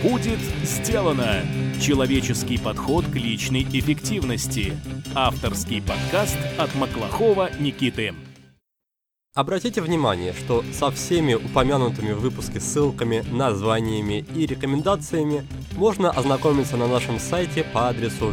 Будет сделано! Человеческий подход к личной эффективности. Авторский подкаст от Маклахова Никиты. Обратите внимание, что со всеми упомянутыми в выпуске ссылками, названиями и рекомендациями можно ознакомиться на нашем сайте по адресу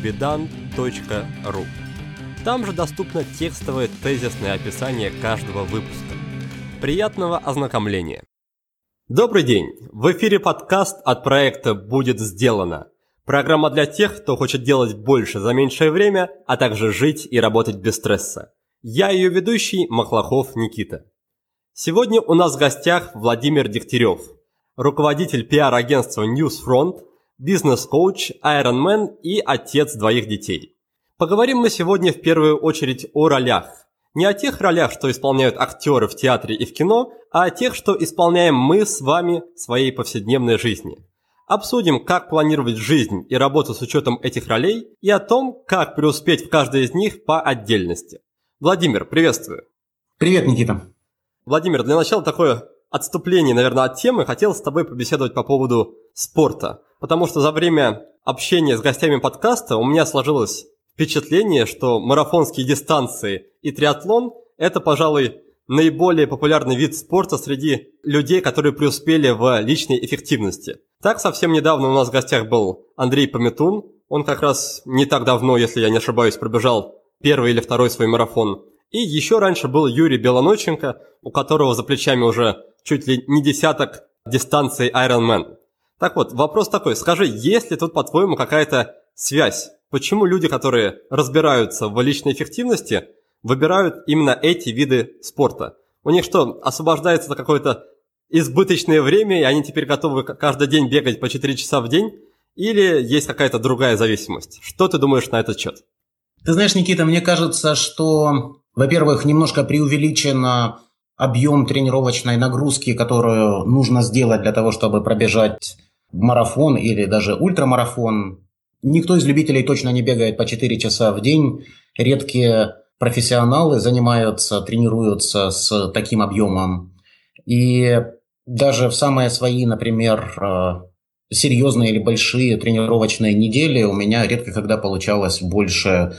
willbedone.ru. Там же доступно текстовое тезисное описание каждого выпуска. Приятного ознакомления! Добрый день! В эфире подкаст от проекта «Будет сделано». Программа для тех, кто хочет делать больше за меньшее время, а также жить и работать без стресса. Я ее ведущий Маклахов Никита. Сегодня у нас в гостях Владимир Дегтярев, руководитель пиар-агентства Newsfront, бизнес-коуч, Ironman и отец двоих детей. Поговорим мы сегодня в первую очередь о ролях. Не о тех ролях, что исполняют актеры в театре и в кино, а о тех, что исполняем мы с вами в своей повседневной жизни. Обсудим, как планировать жизнь и работу с учетом этих ролей, и о том, как преуспеть в каждой из них по отдельности. Владимир, приветствую. Привет, Никита. Владимир, для начала такое отступление, наверное, от темы. Хотел с тобой побеседовать по поводу спорта, потому что за время общения с гостями подкаста у меня сложилось впечатление, что марафонские дистанции и триатлон – это, пожалуй, наиболее популярный вид спорта среди людей, которые преуспели в личной эффективности. Так, совсем недавно у нас в гостях был Андрей Пометун. Он как раз не так давно, если я не ошибаюсь, пробежал первый или второй свой марафон. И еще раньше был Юрий Белоноченко, у которого за плечами уже чуть ли не десяток дистанций Ironman. Так вот, вопрос такой. Скажи, есть ли тут, по-твоему, какая-то связь? Почему люди, которые разбираются в личной эффективности, выбирают именно эти виды спорта? У них что, освобождается какое-то избыточное время, и они теперь готовы каждый день бегать по 4 часа в день? Или есть какая-то другая зависимость? Что ты думаешь на этот счет? Ты знаешь, Никита, мне кажется, что, во-первых, немножко преувеличен объем тренировочной нагрузки, которую нужно сделать для того, чтобы пробежать марафон или даже ультрамарафон. Никто из любителей точно не бегает по 4 часа в день. Редкие профессионалы занимаются, тренируются с таким объемом. И даже в самые свои, например, серьезные или большие тренировочные недели у меня редко когда получалось больше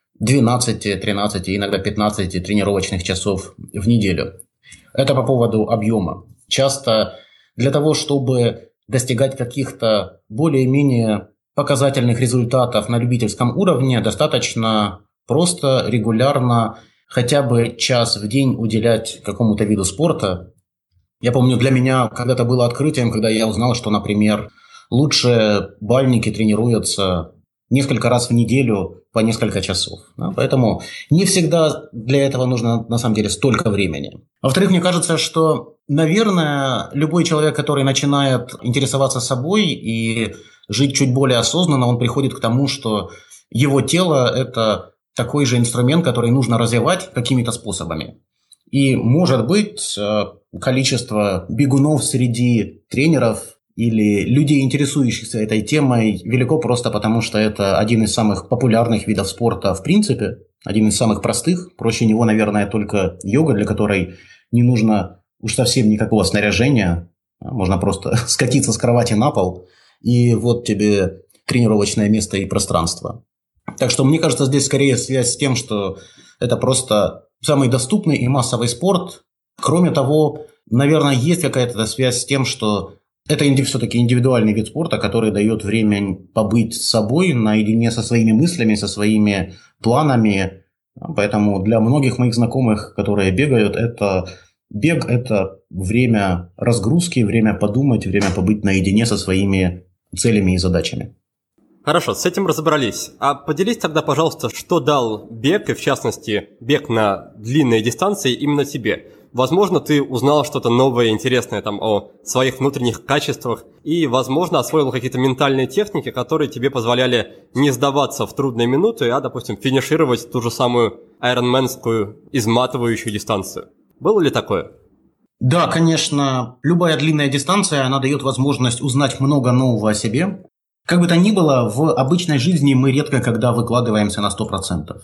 12, 13, иногда 15 тренировочных часов в неделю. Это по поводу объема. Часто для того, чтобы достигать каких-то более-менее показательных результатов на любительском уровне, достаточно просто, регулярно, хотя бы час в день уделять какому-то виду спорта. Я помню, для меня когда-то было открытием, когда я узнал, что, например, лучшие бальники тренируются несколько раз в неделю по несколько часов. Да? Поэтому не всегда для этого нужно, на самом деле, столько времени. Во-вторых, мне кажется, что, наверное, любой человек, который начинает интересоваться собой и жить чуть более осознанно, он приходит к тому, что его тело – это такой же инструмент, который нужно развивать какими-то способами. И, может быть, количество бегунов среди тренеров или людей, интересующихся этой темой, велико просто потому, что это один из самых популярных видов спорта в принципе, один из самых простых. Проще него, наверное, только йога, для которой не нужно уж совсем никакого снаряжения. Можно просто скатиться с кровати на пол, и вот тебе тренировочное место и пространство. Так что, мне кажется, здесь скорее связь с тем, что это просто самый доступный и массовый спорт. Кроме того, наверное, есть какая-то связь с тем, что это все-таки индивидуальный вид спорта, который дает время побыть с собой, наедине со своими мыслями, со своими планами. Поэтому для многих моих знакомых, которые бегают, бег – это время разгрузки, время подумать, время побыть наедине со своими целями и задачами. Хорошо, с этим разобрались. А поделись тогда, пожалуйста, что дал бег, и в частности бег на длинные дистанции именно тебе. Возможно, ты узнал что-то новое, интересное о своих внутренних качествах и, возможно, освоил какие-то ментальные техники, которые тебе позволяли не сдаваться в трудные минуты, а, допустим, финишировать ту же самую айронменскую изматывающую дистанцию. Было ли такое? Да, конечно. Любая длинная дистанция, она дает возможность узнать много нового о себе. Как бы то ни было, в обычной жизни мы редко когда выкладываемся на 100%.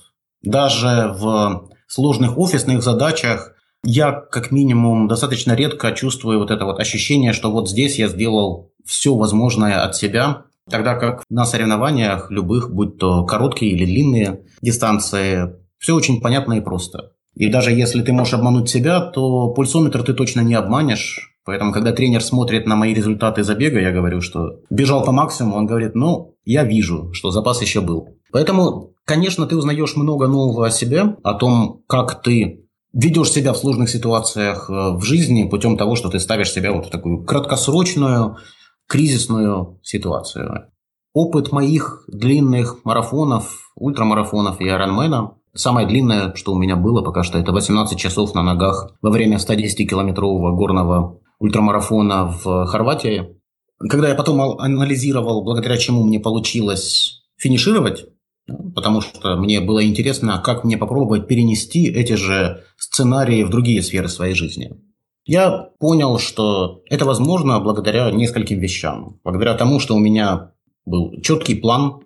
Даже в сложных офисных задачах я, как минимум, достаточно редко чувствую вот это вот ощущение, что вот здесь я сделал все возможное от себя, тогда как на соревнованиях любых, будь то короткие или длинные дистанции, все очень понятно и просто. И даже если ты можешь обмануть себя, то пульсометр ты точно не обманешь. Поэтому, когда тренер смотрит на мои результаты забега, я говорю, что бежал по максимуму, он говорит, я вижу, что запас еще был. Поэтому, конечно, ты узнаешь много нового о себе, о том, как ты ведешь себя в сложных ситуациях в жизни путем того, что ты ставишь себя вот в такую краткосрочную, кризисную ситуацию. Опыт моих длинных марафонов, ультрамарафонов и айронмена, самое длинное, что у меня было пока что, это 18 часов на ногах во время 110-километрового горного ультрамарафона в Хорватии. Когда я потом анализировал, благодаря чему мне получилось финишировать, потому что мне было интересно, как мне попробовать перенести эти же сценарии в другие сферы своей жизни. Я понял, что это возможно благодаря нескольким вещам. Благодаря тому, что у меня был четкий план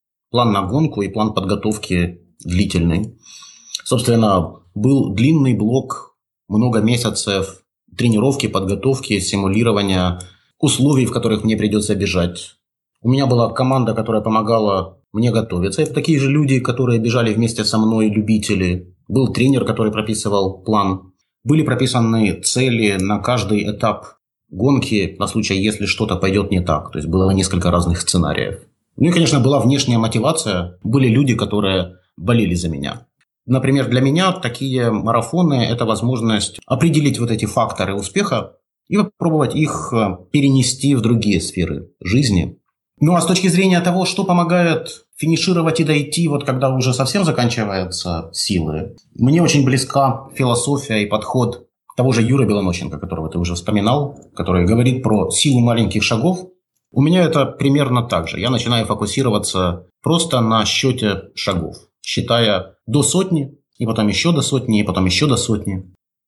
на гонку и план подготовки длительный. Собственно, был длинный блок, много месяцев тренировки, подготовки, симулирования условий, в которых мне придется бежать. У меня была команда, которая помогала мне готовиться. Это такие же люди, которые бежали вместе со мной, любители. Был тренер, который прописывал план. Были прописаны цели на каждый этап гонки на случай, если что-то пойдет не так. То есть было несколько разных сценариев. Ну и, конечно, была внешняя мотивация. Были люди, которые болели за меня. Например, для меня такие марафоны – это возможность определить вот эти факторы успеха и попробовать их перенести в другие сферы жизни. Ну а с точки зрения того, что помогает финишировать и дойти, вот когда уже совсем заканчиваются силы, мне очень близка философия и подход того же Юры Белонощенко, которого ты уже вспоминал, который говорит про силу маленьких шагов. У меня это примерно так же. Я начинаю фокусироваться просто на счете шагов, считая до сотни, и потом еще до сотни, и потом еще до сотни.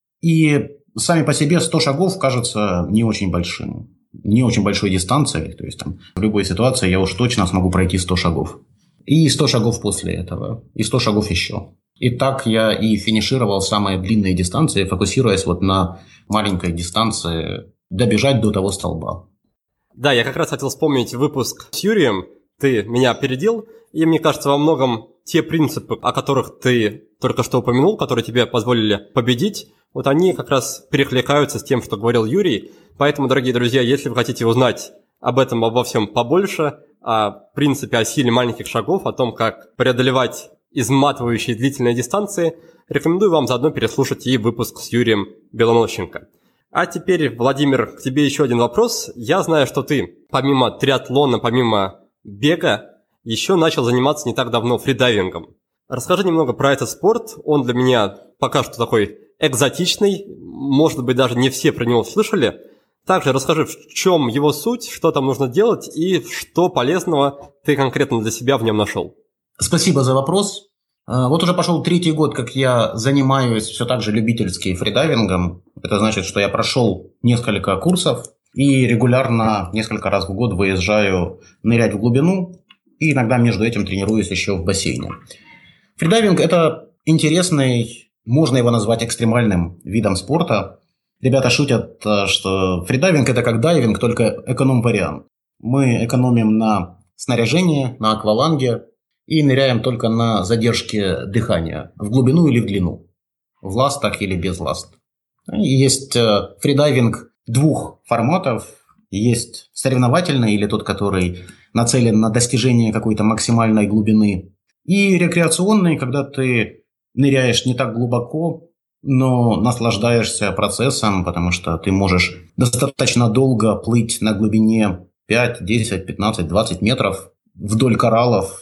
И сами по себе 100 шагов кажется не очень большим, не очень большой дистанцией. То есть там, в любой ситуации я уж точно смогу пройти 100 шагов. И 100 шагов после этого, и 100 шагов еще. И так я и финишировал самые длинные дистанции, фокусируясь вот на маленькой дистанции, добежать до того столба. Да, я как раз хотел вспомнить выпуск с Юрием. Ты меня опередил, и мне кажется, во многом те принципы, о которых ты только что упомянул, которые тебе позволили победить, вот они как раз перекликаются с тем, что говорил Юрий. Поэтому, дорогие друзья, если вы хотите узнать об этом, обо всем побольше, о принципе, о силе маленьких шагов, о том, как преодолевать изматывающие длительные дистанции, рекомендую вам заодно переслушать и выпуск с Юрием Белонощенко. А теперь, Владимир, к тебе еще один вопрос. Я знаю, что ты, помимо триатлона, помимо бега, еще начал заниматься не так давно фридайвингом. Расскажи немного про этот спорт. Он для меня пока что такой экзотичный. Может быть, даже не все про него слышали. Также расскажи, в чем его суть, что там нужно делать и что полезного ты конкретно для себя в нем нашел. Спасибо за вопрос. Вот уже пошел 3-й год, как я занимаюсь все так же любительски фридайвингом. Это значит, что я прошел несколько курсов и регулярно несколько раз в год выезжаю нырять в глубину. И иногда между этим тренируюсь еще в бассейне. Фридайвинг – это интересный, можно его назвать экстремальным видом спорта. Ребята шутят, что фридайвинг – это как дайвинг, только эконом-вариант. Мы экономим на снаряжении, на акваланге и ныряем только на задержке дыхания, в глубину или в длину, в ластах или без ласт. И есть фридайвинг 2 форматов. Есть соревновательный или тот, который нацелен на достижение какой-то максимальной глубины. И рекреационный, когда ты ныряешь не так глубоко, но наслаждаешься процессом, потому что ты можешь достаточно долго плыть на глубине 5, 10, 15, 20 метров вдоль кораллов.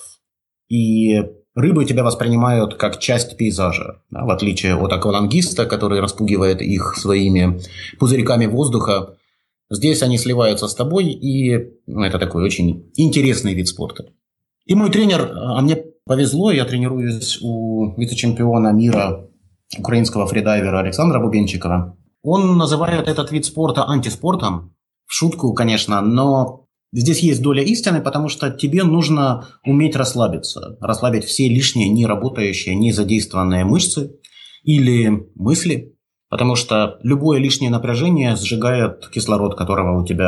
И рыбы тебя воспринимают как часть пейзажа, да, в отличие от аквалангиста, который распугивает их своими пузырьками воздуха. Здесь они сливаются с тобой, и это такой очень интересный вид спорта. И мой тренер, а мне повезло, я тренируюсь у вице-чемпиона мира украинского фридайвера Александра Бубенчикова. Он называет этот вид спорта антиспортом, в шутку, конечно, но здесь есть доля истины, потому что тебе нужно уметь расслабиться, расслабить все лишние, не работающие, не задействованные мышцы или мысли. Потому что любое лишнее напряжение сжигает кислород, которого у тебя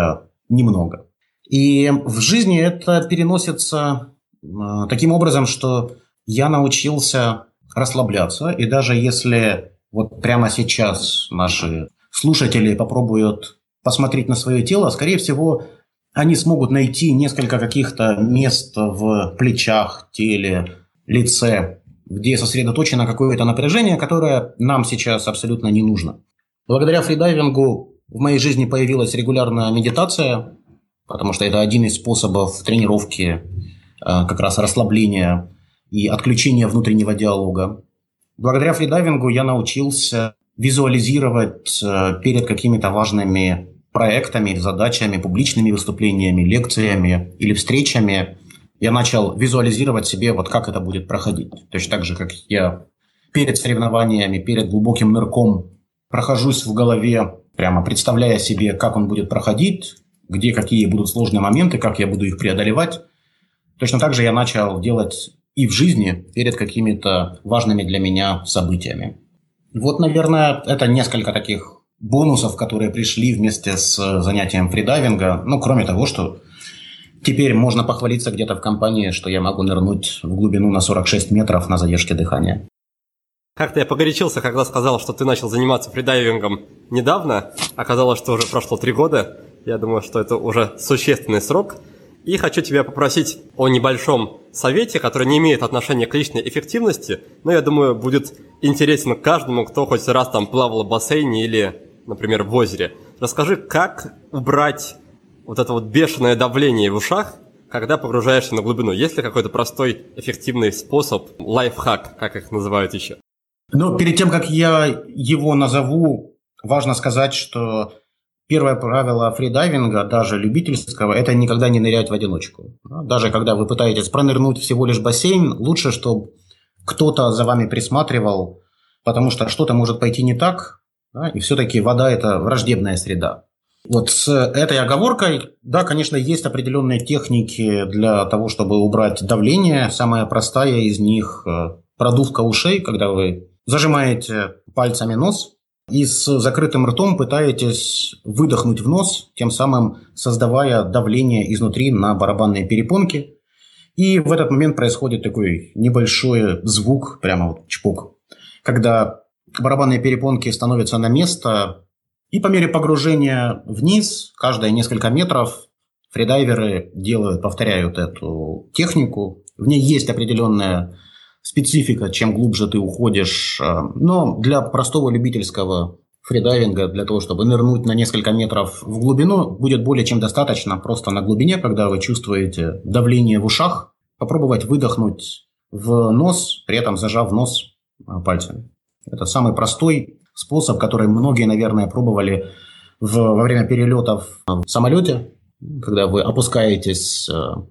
немного. И в жизни это переносится таким образом, что я научился расслабляться, и даже если вот прямо сейчас наши слушатели попробуют посмотреть на свое тело, скорее всего, они смогут найти несколько каких-то мест в плечах, теле, лице, где сосредоточено какое-то напряжение, которое нам сейчас абсолютно не нужно. Благодаря фридайвингу в моей жизни появилась регулярная медитация, потому что это один из способов тренировки, как раз расслабления и отключения внутреннего диалога. Благодаря фридайвингу я научился визуализировать перед какими-то важными проектами, задачами, публичными выступлениями, лекциями или встречами. Я начал визуализировать себе, вот как это будет проходить. Точно так же, как я перед соревнованиями, перед глубоким нырком прохожусь в голове, прямо представляя себе, как он будет проходить, где какие будут сложные моменты, как я буду их преодолевать. Точно так же я начал делать и в жизни перед какими-то важными для меня событиями. Вот, наверное, это несколько таких бонусов, которые пришли вместе с занятием фридайвинга. Ну, кроме того, что теперь можно похвалиться где-то в компании, что я могу нырнуть в глубину на 46 метров на задержке дыхания. Как-то я погорячился, когда сказал, что ты начал заниматься фридайвингом недавно. Оказалось, что уже прошло 3 года. Я думаю, что это уже существенный срок. И хочу тебя попросить о небольшом совете, который не имеет отношения к личной эффективности, но, я думаю, будет интересен каждому, кто хоть раз там плавал в бассейне или, например, в озере. Расскажи, как убрать вот это вот бешеное давление в ушах, когда погружаешься на глубину? Есть ли какой-то простой, эффективный способ, лайфхак, как их называют еще? Но перед тем, как я его назову, важно сказать, что первое правило фридайвинга, даже любительского, это никогда не нырять в одиночку. Даже когда вы пытаетесь пронырнуть всего лишь бассейн, лучше, чтобы кто-то за вами присматривал, потому что что-то может пойти не так, да, и все-таки вода – это враждебная среда. Вот с этой оговоркой, да, конечно, есть определенные техники для того, чтобы убрать давление. Самая простая из них – продувка ушей, когда вы зажимаете пальцами нос и с закрытым ртом пытаетесь выдохнуть в нос, тем самым создавая давление изнутри на барабанные перепонки. И в этот момент происходит такой небольшой звук, прямо вот чпок, когда барабанные перепонки становятся на место, и по мере погружения вниз, каждые несколько метров, фридайверы повторяют эту технику. В ней есть определенная специфика, чем глубже ты уходишь. Но для простого любительского фридайвинга, для того, чтобы нырнуть на несколько метров в глубину, будет более чем достаточно просто на глубине, когда вы чувствуете давление в ушах, попробовать выдохнуть в нос, при этом зажав нос пальцами. Это самый простой способ, который многие, наверное, пробовали во время перелетов в самолете, когда вы опускаетесь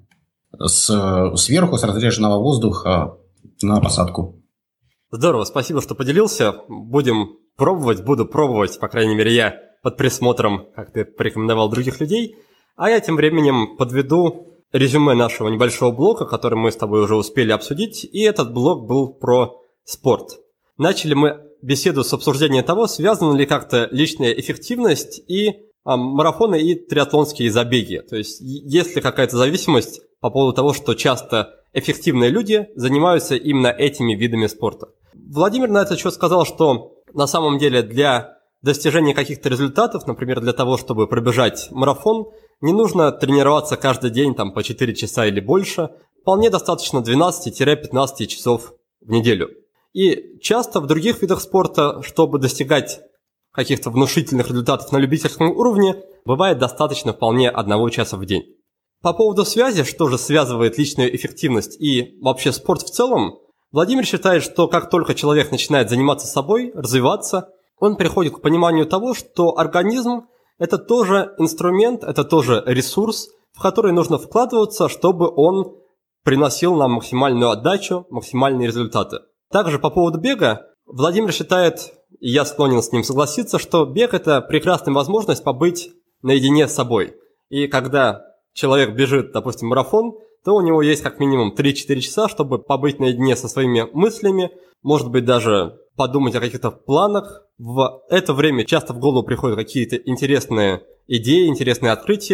сверху, с разреженного воздуха, на посадку. Здорово, спасибо, что поделился. Будем пробовать, буду пробовать, по крайней мере, я под присмотром, как ты порекомендовал, других людей. А я тем временем подведу резюме нашего небольшого блока, который мы с тобой уже успели обсудить, и этот блок был про спорт. Начали мы беседу с обсуждения того, связана ли как-то личная эффективность и марафоны и триатлонские забеги. То есть есть ли какая-то зависимость по поводу того, что часто эффективные люди занимаются именно этими видами спорта. Владимир на этот счет сказал, что на самом деле для достижения каких-то результатов, например, для того, чтобы пробежать марафон, не нужно тренироваться каждый день там, по 4 часа или больше. Вполне достаточно 12-15 часов в неделю. И часто в других видах спорта, чтобы достигать каких-то внушительных результатов на любительском уровне, бывает достаточно вполне 1 часа в день. По поводу связи, что же связывает личную эффективность и вообще спорт в целом, Владимир считает, что как только человек начинает заниматься собой, развиваться, он приходит к пониманию того, что организм – это тоже инструмент, это тоже ресурс, в который нужно вкладываться, чтобы он приносил нам максимальную отдачу, максимальные результаты. Также по поводу бега, Владимир считает, и я склонен с ним согласиться, что бег – это прекрасная возможность побыть наедине с собой. И когда человек бежит, допустим, марафон, то у него есть как минимум 3-4 часа, чтобы побыть наедине со своими мыслями, может быть, даже подумать о каких-то планах. В это время часто в голову приходят какие-то интересные идеи, интересные открытия.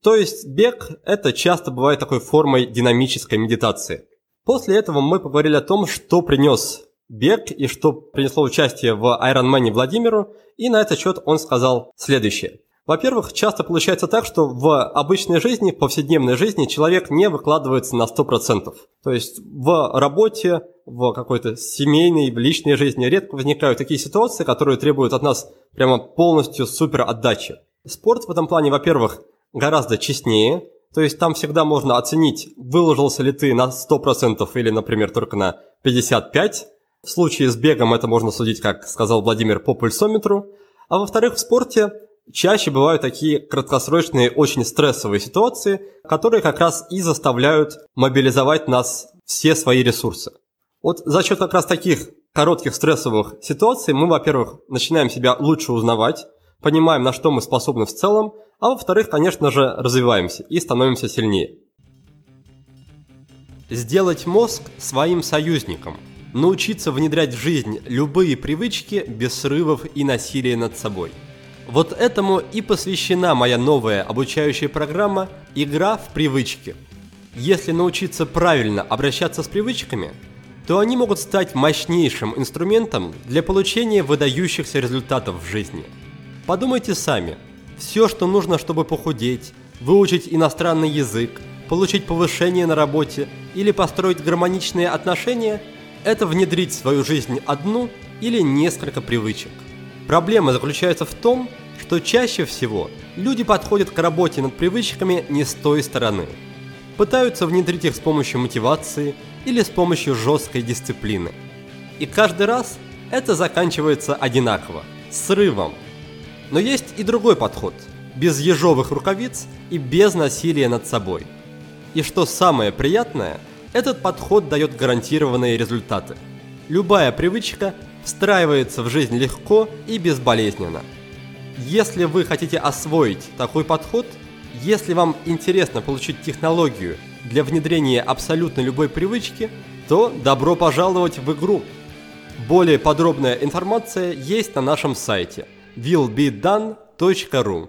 То есть бег – это часто бывает такой формой динамической медитации. После этого мы поговорили о том, что принес бег и что принесло участие в Ironman Владимиру, и на этот счет он сказал следующее. Во-первых, часто получается так, что в обычной жизни, в повседневной жизни человек не выкладывается на 100%. То есть в работе, в какой-то семейной, в личной жизни редко возникают такие ситуации, которые требуют от нас прямо полностью супер отдачи. Спорт в этом плане, во-первых, гораздо честнее, то есть там всегда можно оценить, выложился ли ты на 100% или, например, только на 55%. В случае с бегом это можно судить, как сказал Владимир, по пульсометру. А во-вторых, в спорте чаще бывают такие краткосрочные, очень стрессовые ситуации, которые как раз и заставляют мобилизовать нас все свои ресурсы. Вот за счет как раз таких коротких стрессовых ситуаций мы, во-первых, начинаем себя лучше узнавать, понимаем, на что мы способны в целом, а во-вторых, конечно же, развиваемся и становимся сильнее. Сделать мозг своим союзником. Научиться внедрять в жизнь любые привычки без срывов и насилия над собой. Вот этому и посвящена моя новая обучающая программа «Игра в привычки». Если научиться правильно обращаться с привычками, то они могут стать мощнейшим инструментом для получения выдающихся результатов в жизни. Подумайте сами. Все, что нужно, чтобы похудеть, выучить иностранный язык, получить повышение на работе или построить гармоничные отношения – это внедрить в свою жизнь одну или несколько привычек. Проблема заключается в том, что чаще всего люди подходят к работе над привычками не с той стороны. Пытаются внедрить их с помощью мотивации или с помощью жесткой дисциплины. И каждый раз это заканчивается одинаково – срывом. Но есть и другой подход – без ежовых рукавиц и без насилия над собой. И что самое приятное – этот подход дает гарантированные результаты. Любая привычка встраивается в жизнь легко и безболезненно. Если вы хотите освоить такой подход, если вам интересно получить технологию для внедрения абсолютно любой привычки, то добро пожаловать в игру. Более подробная информация есть на нашем сайте willbedone.ru.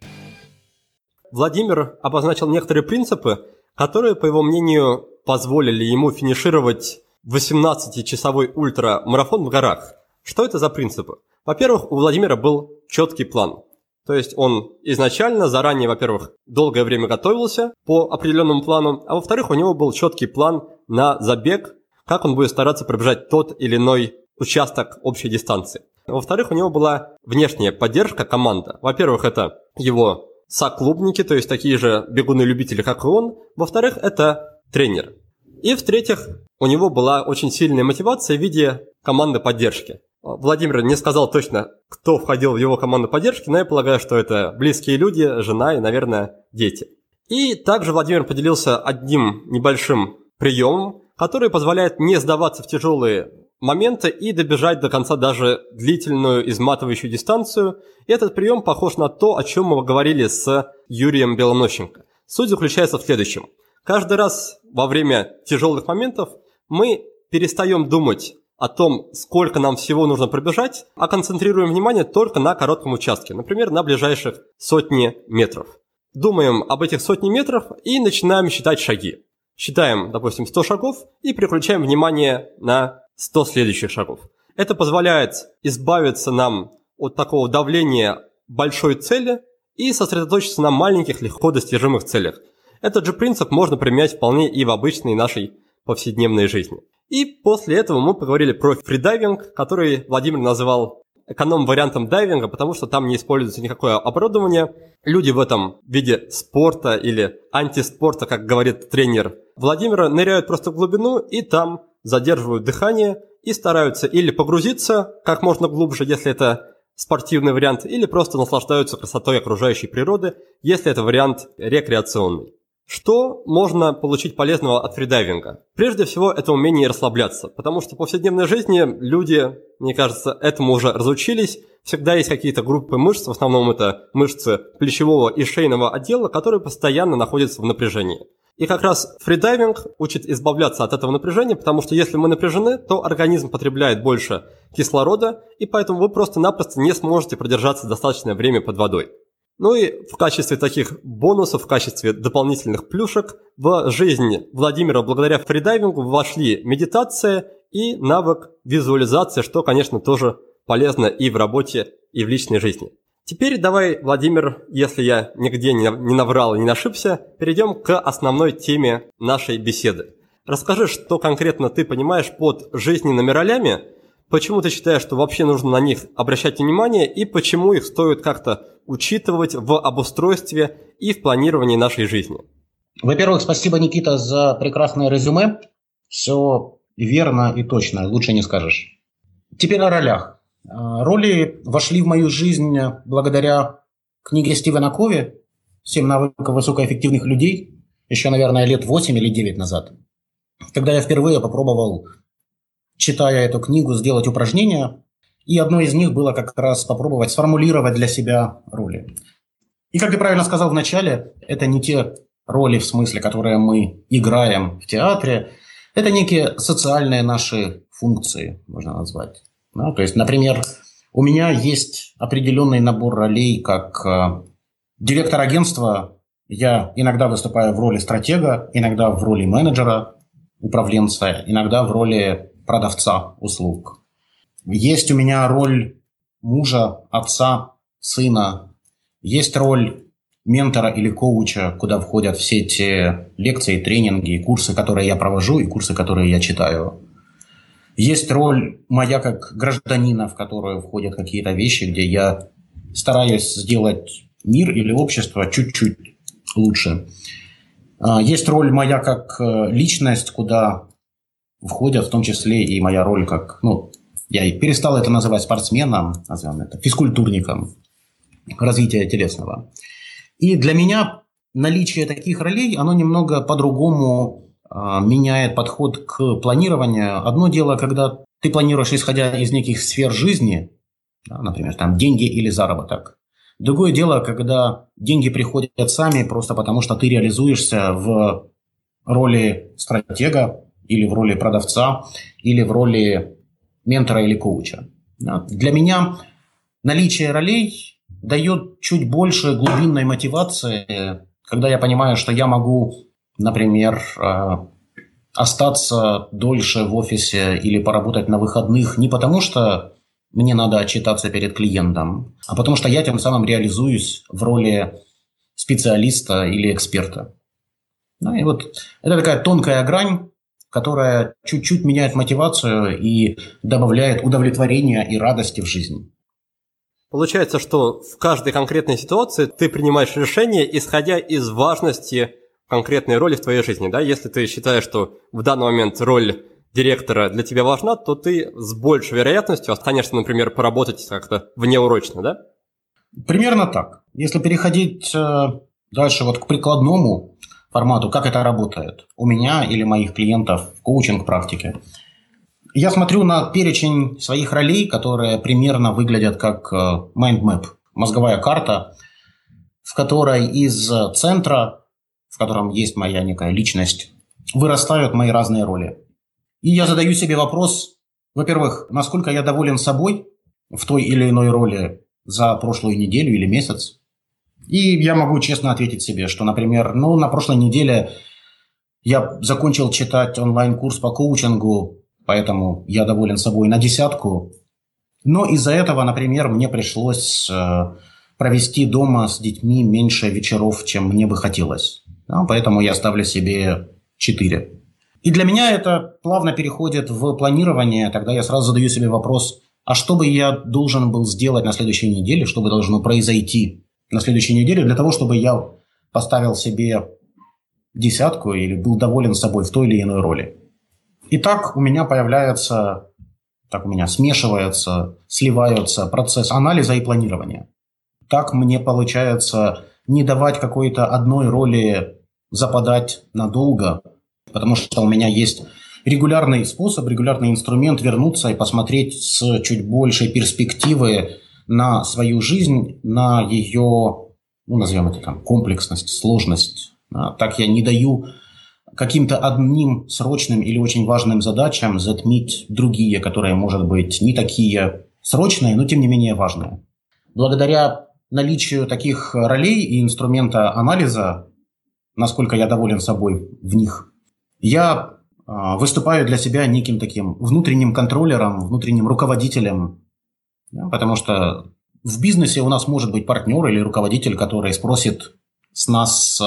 Владимир обозначил некоторые принципы, которые, по его мнению, позволили ему финишировать 18-часовой ультрамарафон в горах. Что это за принципы? Во-первых, у Владимира был четкий план. То есть он изначально, заранее, во-первых, долгое время готовился по определенному плану, а во-вторых, у него был четкий план на забег, как он будет стараться пробежать тот или иной участок общей дистанции. Во-вторых, у него была внешняя поддержка, команда. Во-первых, это его соклубники, то есть такие же бегуны-любители, как и он. Во-вторых, это тренер. И в-третьих, у него была очень сильная мотивация в виде команды поддержки. Владимир не сказал точно, кто входил в его команду поддержки, но я полагаю, что это близкие люди, жена и, наверное, дети. И также Владимир поделился одним небольшим приемом, который позволяет не сдаваться в тяжелые моменты и добежать до конца даже длительную изматывающую дистанцию. И этот прием похож на то, о чем мы говорили с Юрием Белонощенко. Суть заключается в следующем. Каждый раз во время тяжелых моментов мы перестаем думать о том, сколько нам всего нужно пробежать, а концентрируем внимание только на коротком участке, например, на ближайших сотни метров. Думаем об этих сотни метров и начинаем считать шаги. Считаем, допустим, 100 шагов и переключаем внимание на 100 следующих шагов. Это позволяет избавиться нам от такого давления большой цели и сосредоточиться на маленьких, легко достижимых целях. Этот же принцип можно применять вполне и в обычной нашей повседневной жизни. И после этого мы поговорили про фридайвинг, который Владимир называл эконом-вариантом дайвинга, потому что там не используется никакое оборудование. Люди в этом виде спорта или антиспорта, как говорит тренер Владимира, ныряют просто в глубину и там задерживают дыхание и стараются или погрузиться как можно глубже, если это спортивный вариант, или просто наслаждаются красотой окружающей природы, если это вариант рекреационный. Что можно получить полезного от фридайвинга? Прежде всего, это умение расслабляться, потому что в повседневной жизни люди, мне кажется, этому уже разучились. Всегда есть какие-то группы мышц, в основном это мышцы плечевого и шейного отдела, которые постоянно находятся в напряжении. И как раз фридайвинг учит избавляться от этого напряжения, потому что если мы напряжены, то организм потребляет больше кислорода, и поэтому вы просто-напросто не сможете продержаться достаточное время под водой. Ну и в качестве таких бонусов, в качестве дополнительных плюшек в жизнь Владимира благодаря фридайвингу вошли медитация и навык визуализации, что, конечно, тоже полезно и в работе, и в личной жизни. Теперь давай, Владимир, если я нигде не наврал и не ошибся, перейдем к основной теме нашей беседы. Расскажи, что конкретно ты понимаешь под жизненными ролями, почему ты считаешь, что вообще нужно на них обращать внимание и почему их стоит как-то учитывать в обустройстве и в планировании нашей жизни. Во-первых, спасибо, Никита, за прекрасное резюме. Все верно и точно, лучше не скажешь. Теперь о ролях. Роли вошли в мою жизнь благодаря книге Стивена Кови «7 навыков высокоэффективных людей» еще, наверное, лет 8 или 9 назад. Когда я впервые попробовал, читая эту книгу, сделать упражнения, и одно из них было как раз попробовать сформулировать для себя роли. И, как ты правильно сказал в начале, это не те роли, в смысле, которые мы играем в театре, это некие социальные наши функции, можно назвать. Да? То есть, например, у меня есть определенный набор ролей, как директор агентства. Я иногда выступаю в роли стратега, иногда в роли менеджера, управленца, иногда в роли продавца услуг. Есть у меня роль мужа, отца, сына. Есть роль ментора или коуча, куда входят все те лекции, тренинги, курсы, которые я провожу, и курсы, которые я читаю. Есть роль моя как гражданина, в которую входят какие-то вещи, где я стараюсь сделать мир или общество чуть-чуть лучше. Есть роль моя как личность, куда входят в том числе и моя роль как, я и перестал это называть спортсменом, назовем это физкультурником, развития телесного. И для меня наличие таких ролей, оно немного по-другому меняет подход к планированию. Одно дело, когда ты планируешь, исходя из неких сфер жизни, например, там деньги или заработок. Другое дело, когда деньги приходят сами просто потому, что ты реализуешься в роли стратега или в роли продавца, или в роли ментора или коуча. Для меня наличие ролей дает чуть больше глубинной мотивации, когда я понимаю, что я могу, например, остаться дольше в офисе или поработать на выходных не потому, что мне надо отчитаться перед клиентом, а потому что я тем самым реализуюсь в роли специалиста или эксперта. И вот это такая тонкая грань, которая чуть-чуть меняет мотивацию и добавляет удовлетворения и радости в жизнь. Получается, что в каждой конкретной ситуации ты принимаешь решение, исходя из важности конкретной роли в твоей жизни. Да? Если ты считаешь, что в данный момент роль директора для тебя важна, то ты с большей вероятностью останешься, например, поработать как-то внеурочно, да? Примерно так. Если переходить дальше вот к прикладному формату, как это работает у меня или моих клиентов в коучинг-практике, я смотрю на перечень своих ролей, которые примерно выглядят как mind map, мозговая карта, в которой из центра, в котором есть моя некая личность, вырастают мои разные роли. И я задаю себе вопрос, во-первых, насколько я доволен собой в той или иной роли за прошлую неделю или месяц. И я могу честно ответить себе, что, например, на прошлой неделе я закончил читать онлайн-курс по коучингу, поэтому я доволен собой на 10. Но из-за этого, например, мне пришлось провести дома с детьми меньше вечеров, чем мне бы хотелось. Поэтому я ставлю себе 4. И для меня это плавно переходит в планирование. Тогда я сразу задаю себе вопрос, а что бы я должен был сделать на следующей неделе, что бы должно произойти на следующей неделе для того, чтобы я поставил себе 10 или был доволен собой в той или иной роли. И так у меня появляется, смешивается, сливаются процесс анализа и планирования. Так мне получается не давать какой-то одной роли западать надолго, потому что у меня есть регулярный способ, регулярный инструмент вернуться и посмотреть с чуть большей перспективы на свою жизнь, на ее, назовем это комплексность, сложность. Так я не даю каким-то одним срочным или очень важным задачам затмить другие, которые, может быть, не такие срочные, но тем не менее важные. Благодаря наличию таких ролей и инструмента анализа, насколько я доволен собой в них, я выступаю для себя неким таким внутренним контроллером, внутренним руководителем, потому что в бизнесе у нас может быть партнер или руководитель, который спросит с нас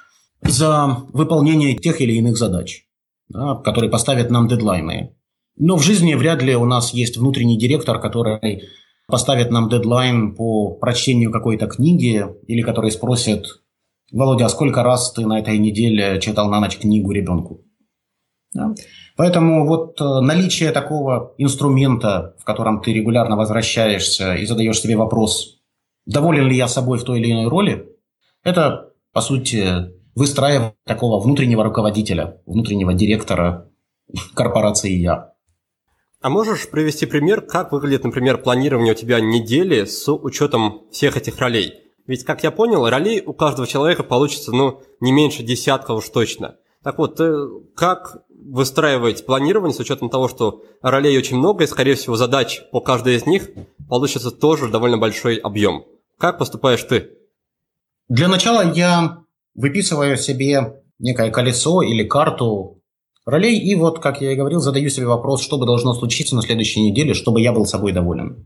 за выполнение тех или иных задач, который поставит нам дедлайны. Но в жизни вряд ли у нас есть внутренний директор, который поставит нам дедлайн по прочтению какой-то книги или который спросит: «Володя, а сколько раз ты на этой неделе читал на ночь книгу ребенку?» Да? Поэтому вот наличие такого инструмента, в котором ты регулярно возвращаешься и задаешь себе вопрос, доволен ли я собой в той или иной роли, это, по сути, выстраивание такого внутреннего руководителя, внутреннего директора корпорации «Я». А можешь привести пример, как выглядит, например, планирование у тебя недели с учетом всех этих ролей? Ведь, как я понял, ролей у каждого человека получится, не меньше десятка уж точно. Так вот, как выстраивать планирование с учетом того, что ролей очень много, и, скорее всего, задач по каждой из них получится тоже довольно большой объем. Как поступаешь ты? Для начала я выписываю себе некое колесо или карту ролей, и вот, как я и говорил, задаю себе вопрос, что бы должно случиться на следующей неделе, чтобы я был собой доволен.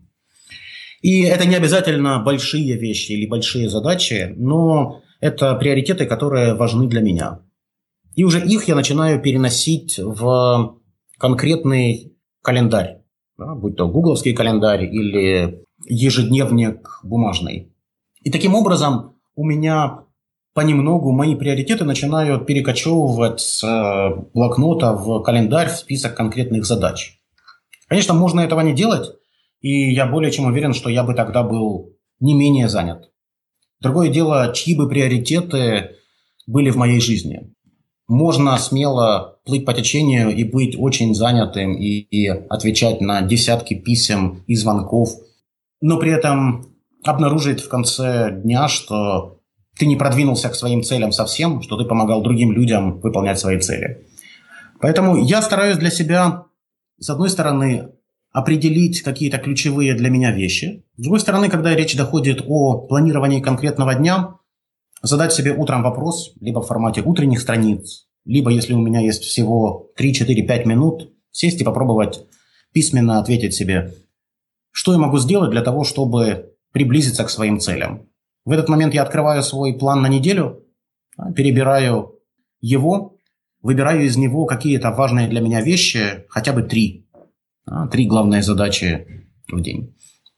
И это не обязательно большие вещи или большие задачи, но это приоритеты, которые важны для меня. И уже их я начинаю переносить в конкретный календарь, будь то гугловский календарь или ежедневник бумажный. И таким образом у меня понемногу мои приоритеты начинают перекочевывать с блокнота в календарь, в список конкретных задач. Конечно, можно этого не делать, и я более чем уверен, что я бы тогда был не менее занят. Другое дело, чьи бы приоритеты были в моей жизни. Можно смело плыть по течению и быть очень занятым и отвечать на десятки писем и звонков, но при этом обнаружить в конце дня, что ты не продвинулся к своим целям совсем, что ты помогал другим людям выполнять свои цели. Поэтому я стараюсь для себя, с одной стороны, определить какие-то ключевые для меня вещи. С другой стороны, когда речь доходит о планировании конкретного дня, задать себе утром вопрос, либо в формате утренних страниц, либо, если у меня есть всего 3-4-5 минут, сесть и попробовать письменно ответить себе, что я могу сделать для того, чтобы приблизиться к своим целям. В этот момент я открываю свой план на неделю, перебираю его, выбираю из него какие-то важные для меня вещи, хотя бы 3. 3 главные задачи в день.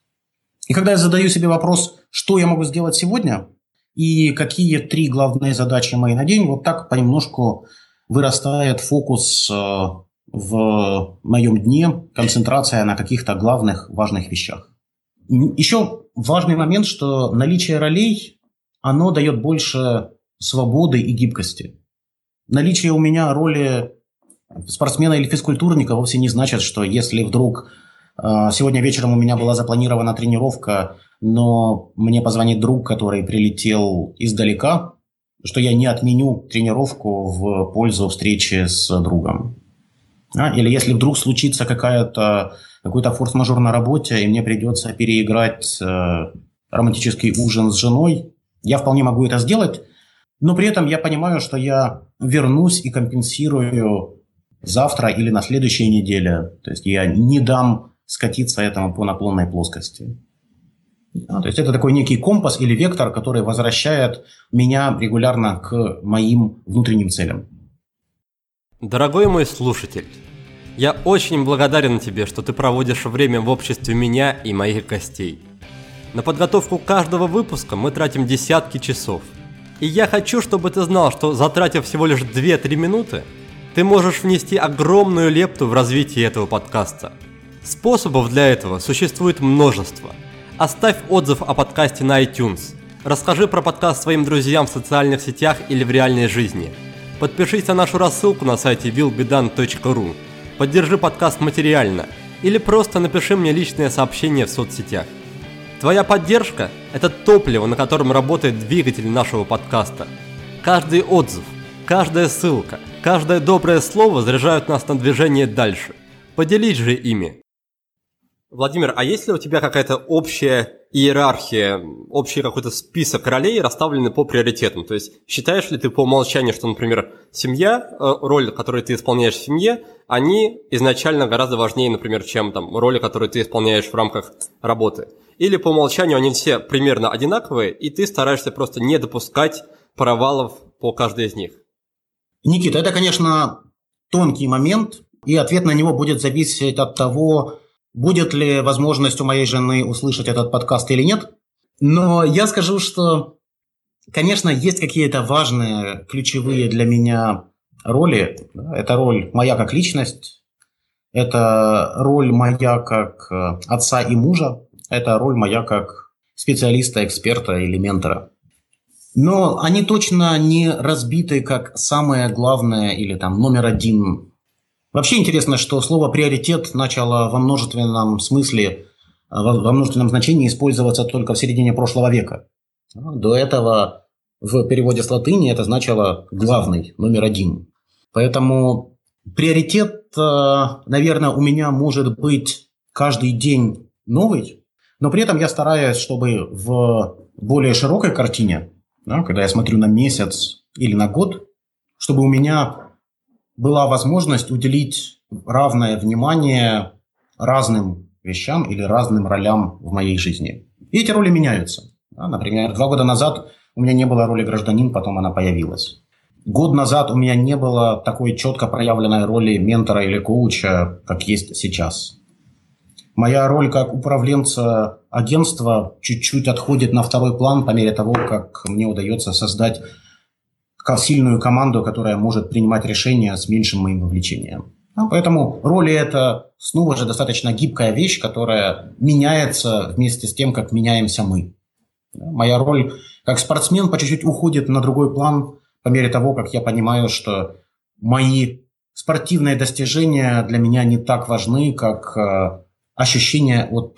И когда я задаю себе вопрос, что я могу сделать сегодня, и какие 3 главные задачи мои на день, вот так понемножку вырастает фокус в моем дне, концентрация на каких-то главных важных вещах. Еще важный момент, что наличие ролей, оно дает больше свободы и гибкости. Наличие у меня роли спортсмена или физкультурника вовсе не значит, что если вдруг сегодня вечером у меня была запланирована тренировка, но мне позвонит друг, который прилетел издалека, что я не отменю тренировку в пользу встречи с другом. Или если вдруг случится какой-то форс-мажор на работе, и мне придется переиграть романтический ужин с женой, я вполне могу это сделать, но при этом я понимаю, что я вернусь и компенсирую завтра или на следующей неделе. То есть я не дам скатиться этому по наклонной плоскости. То есть это такой некий компас или вектор, который возвращает меня регулярно к моим внутренним целям. Дорогой мой слушатель, я очень благодарен тебе, что ты проводишь время в обществе меня и моих гостей. На подготовку каждого выпуска мы тратим десятки часов. И я хочу, чтобы ты знал, что затратив всего лишь 2-3 минуты, ты можешь внести огромную лепту в развитие этого подкаста. Способов для этого существует множество. Оставь отзыв о подкасте на iTunes. Расскажи про подкаст своим друзьям в социальных сетях или в реальной жизни. Подпишись на нашу рассылку на сайте willbedone.ru. Поддержи подкаст материально. Или просто напиши мне личное сообщение в соцсетях. Твоя поддержка – это топливо, на котором работает двигатель нашего подкаста. Каждый отзыв, каждая ссылка, каждое доброе слово заряжают нас на движение дальше. Поделись же ими. Владимир, а есть ли у тебя какая-то общая иерархия, общий какой-то список ролей, расставленный по приоритетам? То есть считаешь ли ты по умолчанию, что, например, семья, роль, которую ты исполняешь в семье, они изначально гораздо важнее, например, чем там роли, которые ты исполняешь в рамках работы? Или по умолчанию они все примерно одинаковые, и ты стараешься просто не допускать провалов по каждой из них? Никита, это, конечно, тонкий момент, и ответ на него будет зависеть от того, будет ли возможность у моей жены услышать этот подкаст или нет. Но я скажу, что, конечно, есть какие-то важные, ключевые для меня роли. Это роль моя как личность, это роль моя как отца и мужа, это роль моя как специалиста, эксперта или ментора. Но они точно не разбиты как самое главное или там номер один. Вообще интересно, что слово «приоритет» начало во множественном смысле, во множественном значении использоваться только в середине прошлого века. До этого в переводе с латыни это значило «главный», номер один. Поэтому приоритет, наверное, у меня может быть каждый день новый, но при этом я стараюсь, чтобы в более широкой картине, когда я смотрю на месяц или на год, чтобы у меня была возможность уделить равное внимание разным вещам или разным ролям в моей жизни. И эти роли меняются. Например, 2 года назад у меня не было роли гражданин, потом она появилась. Год назад у меня не было такой четко проявленной роли ментора или коуча, как есть сейчас. Моя роль как управленца агентства чуть-чуть отходит на второй план по мере того, как мне удается создать сильную команду, которая может принимать решения с меньшим моим вовлечением. Поэтому роли – это снова же достаточно гибкая вещь, которая меняется вместе с тем, как меняемся мы. Моя роль как спортсмен по чуть-чуть уходит на другой план по мере того, как я понимаю, что мои спортивные достижения для меня не так важны, как ощущение от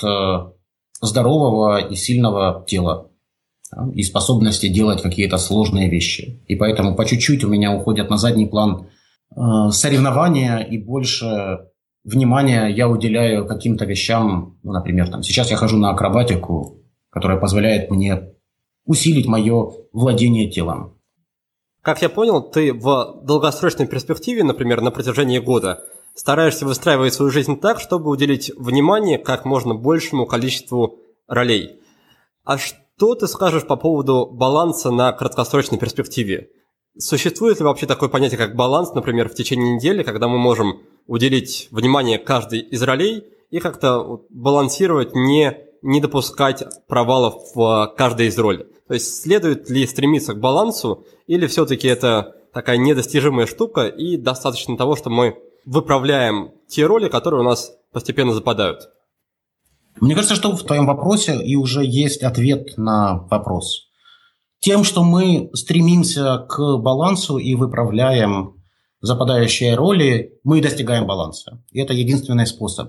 здорового и сильного тела и способности делать какие-то сложные вещи. И поэтому по чуть-чуть у меня уходят на задний план соревнования, и больше внимания я уделяю каким-то вещам. Например, сейчас я хожу на акробатику, которая позволяет мне усилить мое владение телом. Как я понял, ты в долгосрочной перспективе, например, на протяжении года, стараешься выстраивать свою жизнь так, чтобы уделить внимание как можно большему количеству ролей. А что ты скажешь по поводу баланса на краткосрочной перспективе? Существует ли вообще такое понятие, как баланс, например, в течение недели, когда мы можем уделить внимание каждой из ролей и как-то балансировать, не допускать провалов в каждой из ролей? То есть следует ли стремиться к балансу, или все-таки это такая недостижимая штука, и достаточно того, что мы выправляем те роли, которые у нас постепенно западают? Мне кажется, что в твоем вопросе и уже есть ответ на вопрос. Тем, что мы стремимся к балансу и выправляем западающие роли, мы достигаем баланса. И это единственный способ.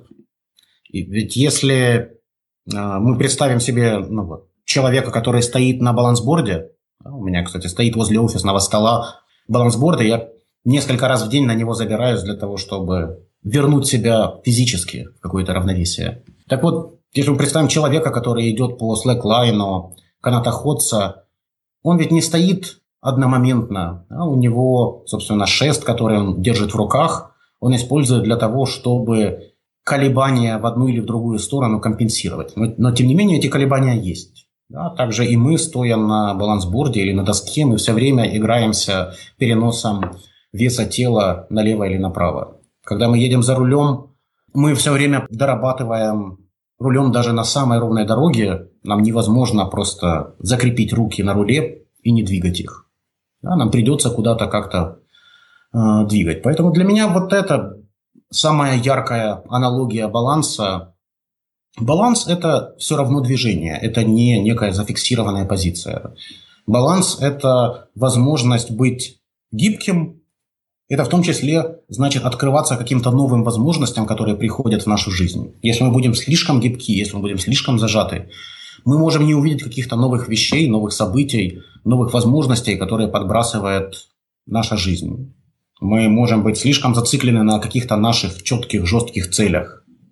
Ведь если мы представим себе человека, который стоит на балансборде, у меня, кстати, стоит возле офисного стола балансборд, и я несколько раз в день на него забираюсь для того, чтобы вернуть себя физически в какое-то равновесие. Так вот, если мы представим человека, который идет по слэклайну, канатоходца, он ведь не стоит одномоментно. У него, собственно, шест, который он держит в руках, он использует для того, чтобы колебания в одну или в другую сторону компенсировать. Но тем не менее, эти колебания есть. Также и мы, стоя на балансборде или на доске, мы все время играемся переносом веса тела налево или направо. Когда мы едем за рулем, мы все время дорабатываем рулем даже на самой ровной дороге. Нам невозможно просто закрепить руки на руле и не двигать их. Нам придется куда-то как-то двигать. Поэтому для меня вот это самая яркая аналогия баланса. Баланс – это все равно движение, это не некая зафиксированная позиция. Баланс – это возможность быть гибким. Это в том числе значит открываться каким-то новым возможностям, которые приходят в нашу жизнь. Если мы будем слишком гибки, если мы будем слишком зажаты, мы можем не увидеть каких-то новых вещей, новых событий, новых возможностей, которые подбрасывает наша жизнь. Мы можем быть слишком зациклены на каких-то наших четких, жестких целях.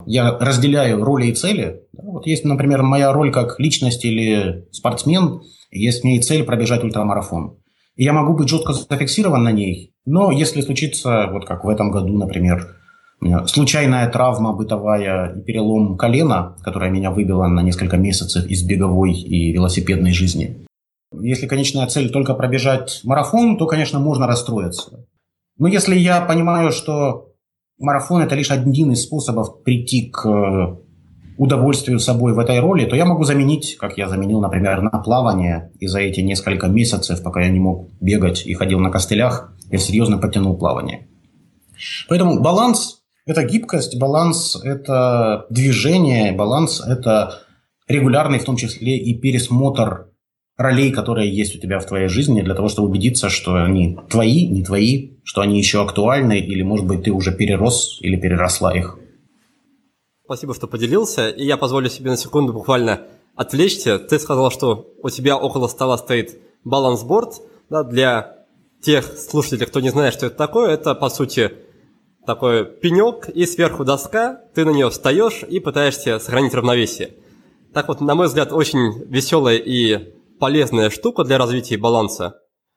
я разделяю роли и цели. Вот есть, например, моя роль как личность или спортсмен, есть в ней цель пробежать ультрамарафон. И я могу быть жестко зафиксирован на ней, но если случится, вот как в этом году, например, у меня случайная травма бытовая и перелом колена, которая меня выбила на несколько месяцев из беговой и велосипедной жизни. Если конечная цель только пробежать марафон, то, конечно, можно расстроиться. Но если я понимаю, что марафон – это лишь один из способов прийти к удовольствию собой в этой роли, то я могу заменить, как я заменил, например, на плавание. И за эти несколько месяцев, пока я не мог бегать и ходил на костылях, я серьезно подтянул плавание. Поэтому баланс – это гибкость, баланс – это движение, баланс – это регулярный, в том числе и пересмотр ролей, которые есть у тебя в твоей жизни, для того, чтобы убедиться, что они твои, не твои, что они еще актуальны, или, может быть, ты уже перерос или переросла их. Спасибо, что поделился, и я позволю себе на секунду буквально отвлечься. Ты сказал, что у тебя около стола стоит балансборд. Да, для тех слушателей, кто не знает, что это такое, это, по сути, такой пенек и сверху доска, ты на нее встаешь и пытаешься сохранить равновесие. Так вот, на мой взгляд, очень веселая и полезная штука для развития баланса.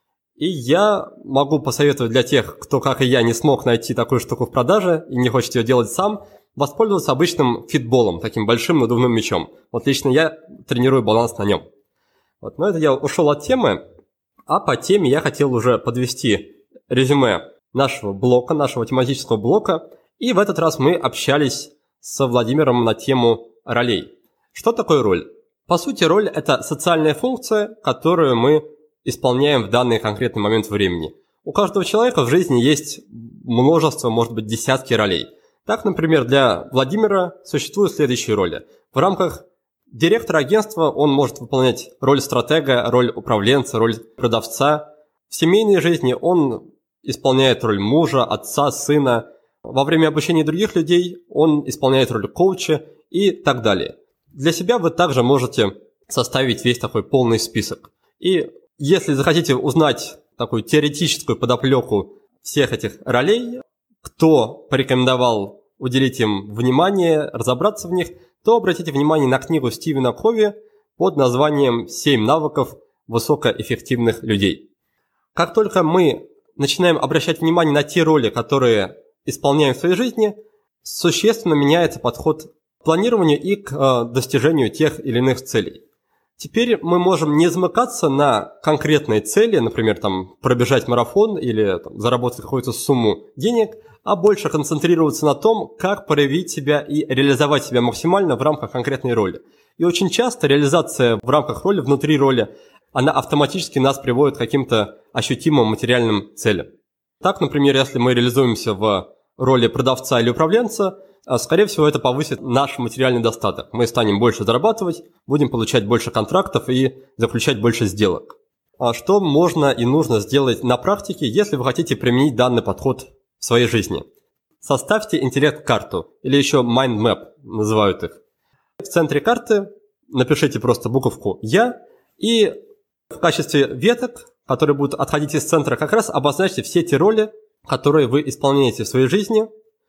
И я могу посоветовать для тех, кто, как и я, не смог найти такую штуку в продаже и не хочет ее делать сам, воспользоваться обычным фитболом, таким большим надувным мячом. Вот лично я тренирую баланс на нем. Вот, но это я ушел от темы, а по теме я хотел уже подвести резюме нашего блока, нашего тематического блока, и в этот раз мы общались с Владимиром на тему ролей. Что такое роль? По сути, роль – это социальная функция, которую мы исполняем в данный конкретный момент времени. У каждого человека в жизни есть множество, может быть, десятки ролей. Так, например, для Владимира существуют следующие роли. В рамках директора агентства он может выполнять роль стратега, роль управленца, роль продавца. В семейной жизни он исполняет роль мужа, отца, сына. Во время обучения других людей он исполняет роль коуча и так далее. Для себя вы также можете составить весь такой полный список. И если захотите узнать такую теоретическую подоплеку всех этих ролей, кто порекомендовал уделить им внимание, разобраться в них, то обратите внимание на книгу Стивена Кови под названием «7 навыков высокоэффективных людей». Как только мы начинаем обращать внимание на те роли, которые исполняем в своей жизни, существенно меняется подход к планированию и к достижению тех или иных целей. Теперь мы можем не замыкаться на конкретной цели, например, пробежать марафон или заработать какую-то сумму денег, а больше концентрироваться на том, как проявить себя и реализовать себя максимально в рамках конкретной роли. И очень часто реализация в рамках роли, внутри роли, она автоматически нас приводит к каким-то ощутимым материальным целям. Так, например, если мы реализуемся в роли продавца или управленца, скорее всего, это повысит наш материальный достаток. Мы станем больше зарабатывать, будем получать больше контрактов и заключать больше сделок. А что можно и нужно сделать на практике, если вы хотите применить данный подход в своей жизни? Составьте интеллект-карту, или еще mind map называют их. В центре карты напишите просто буковку «Я», и в качестве веток, которые будут отходить из центра, как раз обозначьте все те роли, которые вы исполняете в своей жизни,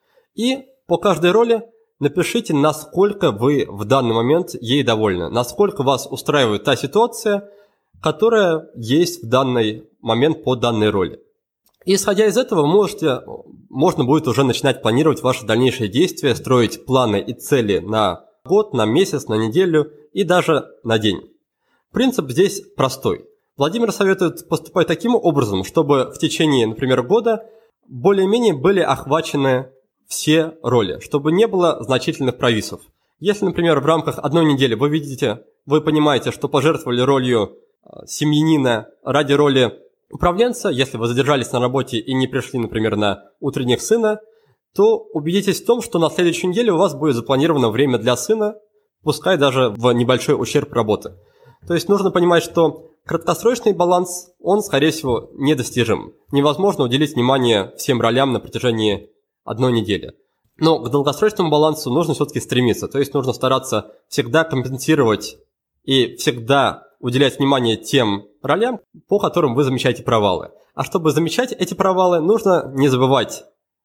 и по каждой роли напишите, насколько вы в данный момент ей довольны, насколько вас устраивает та ситуация, которая есть в данный момент по данной роли. И исходя из этого, можно будет уже начинать планировать ваши дальнейшие действия, строить планы и цели на год, на месяц, на неделю и даже на день. Принцип здесь простой. Владимир советует поступать таким образом, чтобы в течение, например, года более-менее были охвачены все роли, чтобы не было значительных провисов. Если, например, в рамках одной недели вы понимаете, что пожертвовали ролью семьянина ради роли управленца, если вы задержались на работе и не пришли, например, на утренник сына, то убедитесь в том, что на следующей неделе у вас будет запланировано время для сына, пускай даже в небольшой ущерб работы. То есть нужно понимать, что краткосрочный баланс, он, скорее всего, недостижим. Невозможно уделить внимание всем ролям на протяжении одной недели. Но к долгосрочному балансу нужно все-таки стремиться. То есть нужно стараться всегда компенсировать и всегда уделять внимание тем ролям, по которым вы замечаете провалы. А чтобы замечать эти провалы, нужно не забывать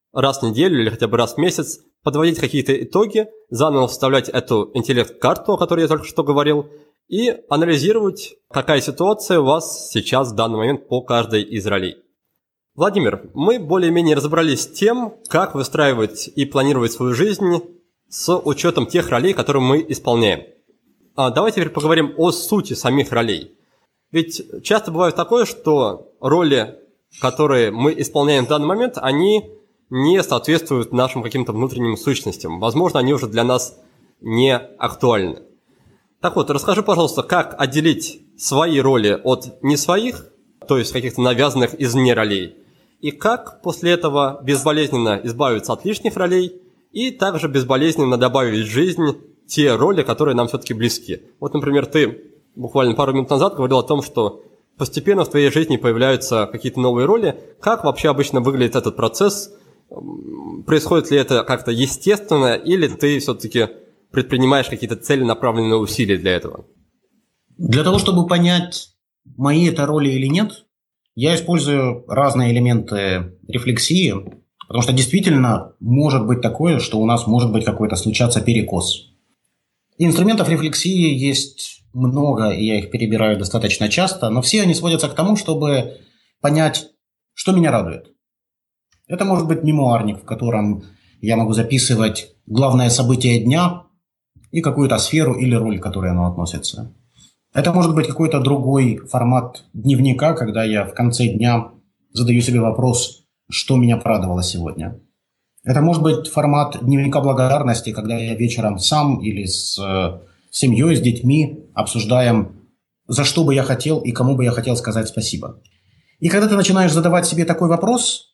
раз в неделю или хотя бы раз в месяц подводить какие-то итоги, заново вставлять эту интеллект-карту, о которой я только что говорил, и анализировать, какая ситуация у вас сейчас в данный момент по каждой из ролей. Владимир, мы более-менее разобрались с тем, как выстраивать и планировать свою жизнь с учетом тех ролей, которые мы исполняем. Давайте теперь поговорим о сути самих ролей. Ведь часто бывает такое, что роли, которые мы исполняем в данный момент, они не соответствуют нашим каким-то внутренним сущностям. Возможно, они уже для нас не актуальны. Так вот, расскажи, пожалуйста, как отделить свои роли от не своих, то есть каких-то навязанных извне ролей, и как после этого безболезненно избавиться от лишних ролей и также безболезненно добавить в жизнь те роли, которые нам все-таки близки. Вот, например, ты буквально пару минут назад говорил о том, что постепенно в твоей жизни появляются какие-то новые роли. Как вообще обычно выглядит этот процесс? Происходит ли это как-то естественно, или ты все-таки предпринимаешь какие-то целенаправленные усилия для этого? Для того, чтобы понять, мои это роли или нет, я использую разные элементы рефлексии, потому что действительно может быть такое, что у нас может быть какой-то случаться перекос. Инструментов рефлексии есть много, и я их перебираю достаточно часто, но все они сводятся к тому, чтобы понять, что меня радует. Это может быть мемуарник, в котором я могу записывать главное событие дня и какую-то сферу или роль, к которой оно относится. Это может быть какой-то другой формат дневника, когда я в конце дня задаю себе вопрос, что меня порадовало сегодня. Это может быть формат дневника благодарности, когда я вечером сам или с семьей, с детьми обсуждаем, за что бы я хотел и кому бы я хотел сказать спасибо. И когда ты начинаешь задавать себе такой вопрос,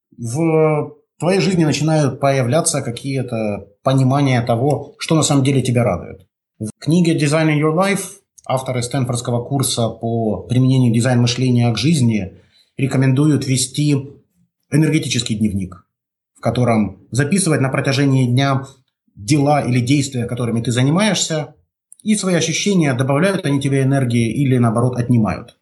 в твоей жизни начинают появляться какие-то понимания того, что на самом деле тебя радует. В книге «Designing Your Life» авторы Стэнфордского курса по применению дизайн-мышления к жизни рекомендуют вести энергетический дневник, в котором записывать на протяжении дня дела или действия, которыми ты занимаешься, и свои ощущения, добавляют они тебе энергии или, наоборот, отнимают.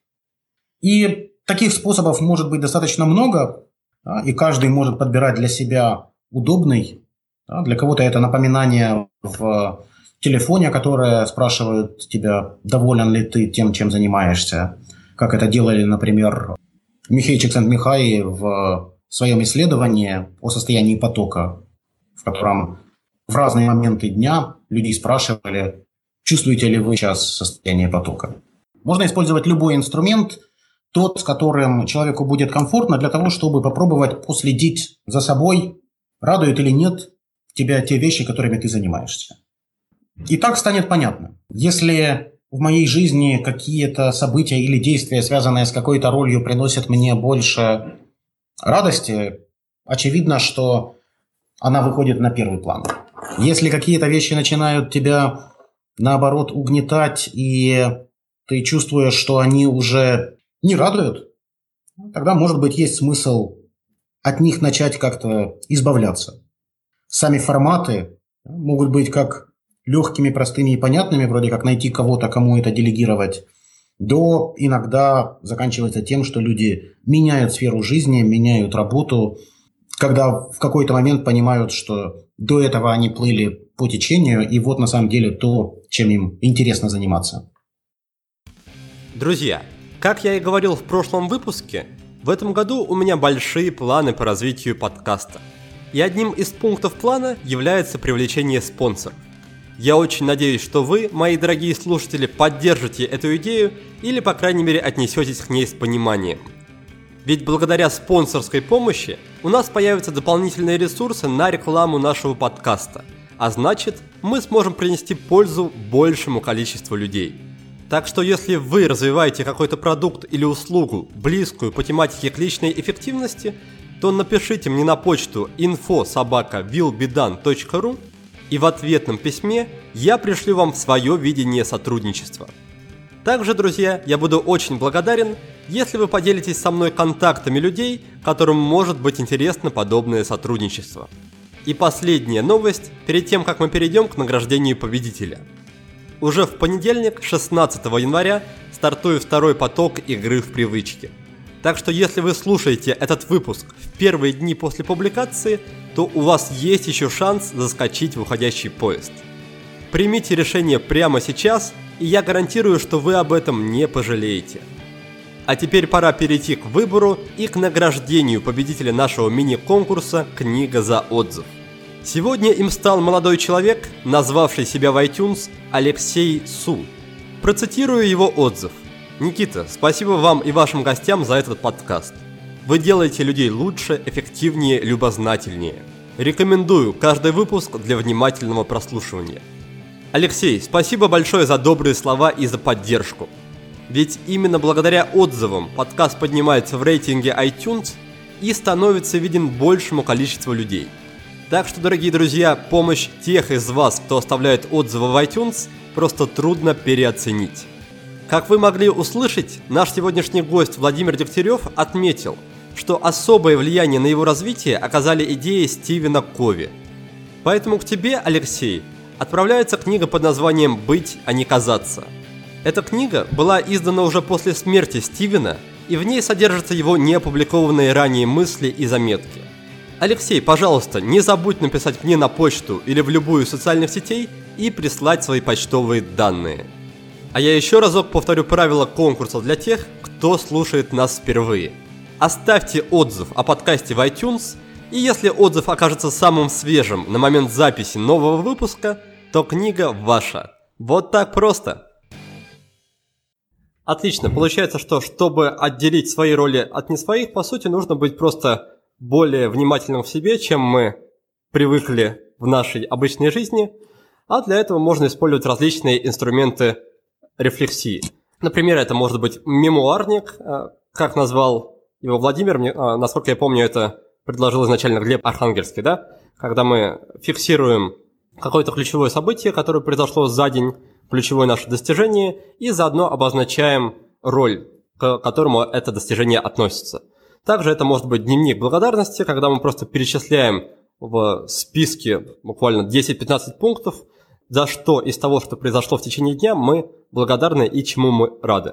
И таких способов может быть достаточно много, и каждый может подбирать для себя удобный. Для кого-то это напоминание в телефоне, которое спрашивает тебя, доволен ли ты тем, чем занимаешься, как это делали, например, Михей Чиксент-Михай в своем исследовании о состоянии потока, в котором в разные моменты дня людей спрашивали, чувствуете ли вы сейчас состояние потока. Можно использовать любой инструмент, тот, с которым человеку будет комфортно, для того, чтобы попробовать последить за собой, радует или нет тебя те вещи, которыми ты занимаешься. И так станет понятно. Если в моей жизни какие-то события или действия, связанные с какой-то ролью, приносят мне больше радости, очевидно, что она выходит на первый план. Если какие-то вещи начинают тебя, наоборот, угнетать, и ты чувствуешь, что они уже не радуют, тогда, может быть, есть смысл от них начать как-то избавляться. Сами форматы могут быть как легкими, простыми и понятными, вроде как найти кого-то, кому это делегировать, до иногда заканчивается тем, что люди меняют сферу жизни, меняют работу, когда в какой-то момент понимают, что до этого они плыли по течению, и вот на самом деле то, чем им интересно заниматься. Друзья, как я и говорил в прошлом выпуске, в этом году у меня большие планы по развитию подкаста. И одним из пунктов плана является привлечение спонсоров. Я очень надеюсь, что вы, мои дорогие слушатели, поддержите эту идею или, по крайней мере, отнесетесь к ней с пониманием. Ведь благодаря спонсорской помощи у нас появятся дополнительные ресурсы на рекламу нашего подкаста, а значит, мы сможем принести пользу большему количеству людей. Так что если вы развиваете какой-то продукт или услугу, близкую по тематике к личной эффективности, то напишите мне на почту info@willbedone.ru, и в ответном письме я пришлю вам свое видение сотрудничества. Также, друзья, я буду очень благодарен, если вы поделитесь со мной контактами людей, которым может быть интересно подобное сотрудничество. И последняя новость перед тем, как мы перейдем к награждению победителя. Уже в понедельник, 16 января, стартует второй поток игры в привычки. Так что если вы слушаете этот выпуск в первые дни после публикации, то у вас есть еще шанс заскочить в уходящий поезд. Примите решение прямо сейчас, и я гарантирую, что вы об этом не пожалеете. А теперь пора перейти к выбору и к награждению победителя нашего мини-конкурса «Книга за отзыв». Сегодня им стал молодой человек, назвавший себя в iTunes Алексей Су. Процитирую его отзыв. «Никита, спасибо вам и вашим гостям за этот подкаст. Вы делаете людей лучше, эффективнее, любознательнее. Рекомендую каждый выпуск для внимательного прослушивания». Алексей, спасибо большое за добрые слова и за поддержку. Ведь именно благодаря отзывам подкаст поднимается в рейтинге iTunes и становится виден большему количеству людей. Так что, дорогие друзья, помощь тех из вас, кто оставляет отзывы в iTunes, просто трудно переоценить. Как вы могли услышать, наш сегодняшний гость Владимир Дегтярев отметил, что особое влияние на его развитие оказали идеи Стивена Кови. Поэтому к тебе, Алексей, отправляется книга под названием «Быть, а не казаться». Эта книга была издана уже после смерти Стивена, и в ней содержатся его неопубликованные ранее мысли и заметки. Алексей, пожалуйста, не забудь написать мне на почту или в любую из социальных сетей и прислать свои почтовые данные. А я еще разок повторю правила конкурса для тех, кто слушает нас впервые. Оставьте отзыв о подкасте в iTunes, и если отзыв окажется самым свежим на момент записи нового выпуска, то книга ваша. Вот так просто. Отлично, получается, что чтобы отделить свои роли от не своих, по сути, нужно быть просто более внимательным в себе, чем мы привыкли в нашей обычной жизни, а для этого можно использовать различные инструменты рефлексии. Например, это может быть мемуарник, как назвал его Владимир, насколько я помню, это предложил изначально Глеб Архангельский, да? Когда мы фиксируем какое-то ключевое событие, которое произошло за день, ключевое наше достижение, и заодно обозначаем роль, к которому это достижение относится. Также это может быть дневник благодарности, когда мы просто перечисляем в списке буквально 10-15 пунктов, за что из того, что произошло в течение дня, мы благодарны и чему мы рады.